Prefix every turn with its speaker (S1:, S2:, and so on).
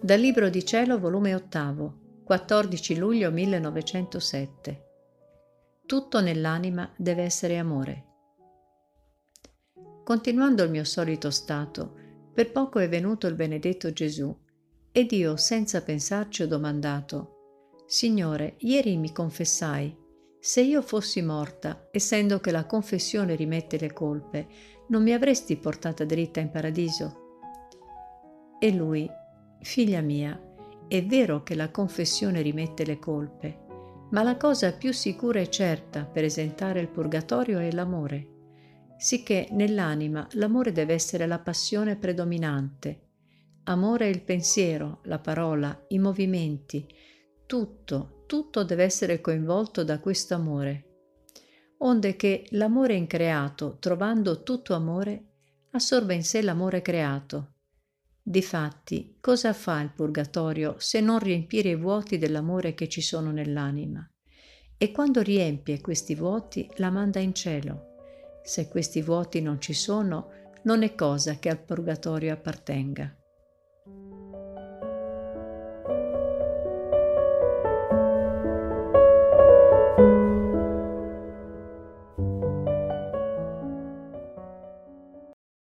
S1: Dal Libro di Cielo, volume 8, 14 luglio 1907. Tutto nell'anima deve essere amore. Continuando il mio solito stato, per poco è venuto il benedetto Gesù, ed io, senza pensarci, ho domandato: Signore, ieri mi confessai, se io fossi morta, essendo che la confessione rimette le colpe, non mi avresti portata dritta in paradiso? E lui: Figlia mia, è vero che la confessione rimette le colpe, ma la cosa più sicura e certa per esentare il purgatorio è l'amore, sicché nell'anima l'amore deve essere la passione predominante. Amore è il pensiero, la parola, i movimenti, tutto deve essere coinvolto da questo amore. Onde che l'amore increato, trovando tutto amore, assorbe in sé l'amore creato. Difatti, cosa fa il purgatorio se non riempire i vuoti dell'amore che ci sono nell'anima? E quando riempie questi vuoti, la manda in cielo. Se questi vuoti non ci sono, non è cosa che al purgatorio appartenga.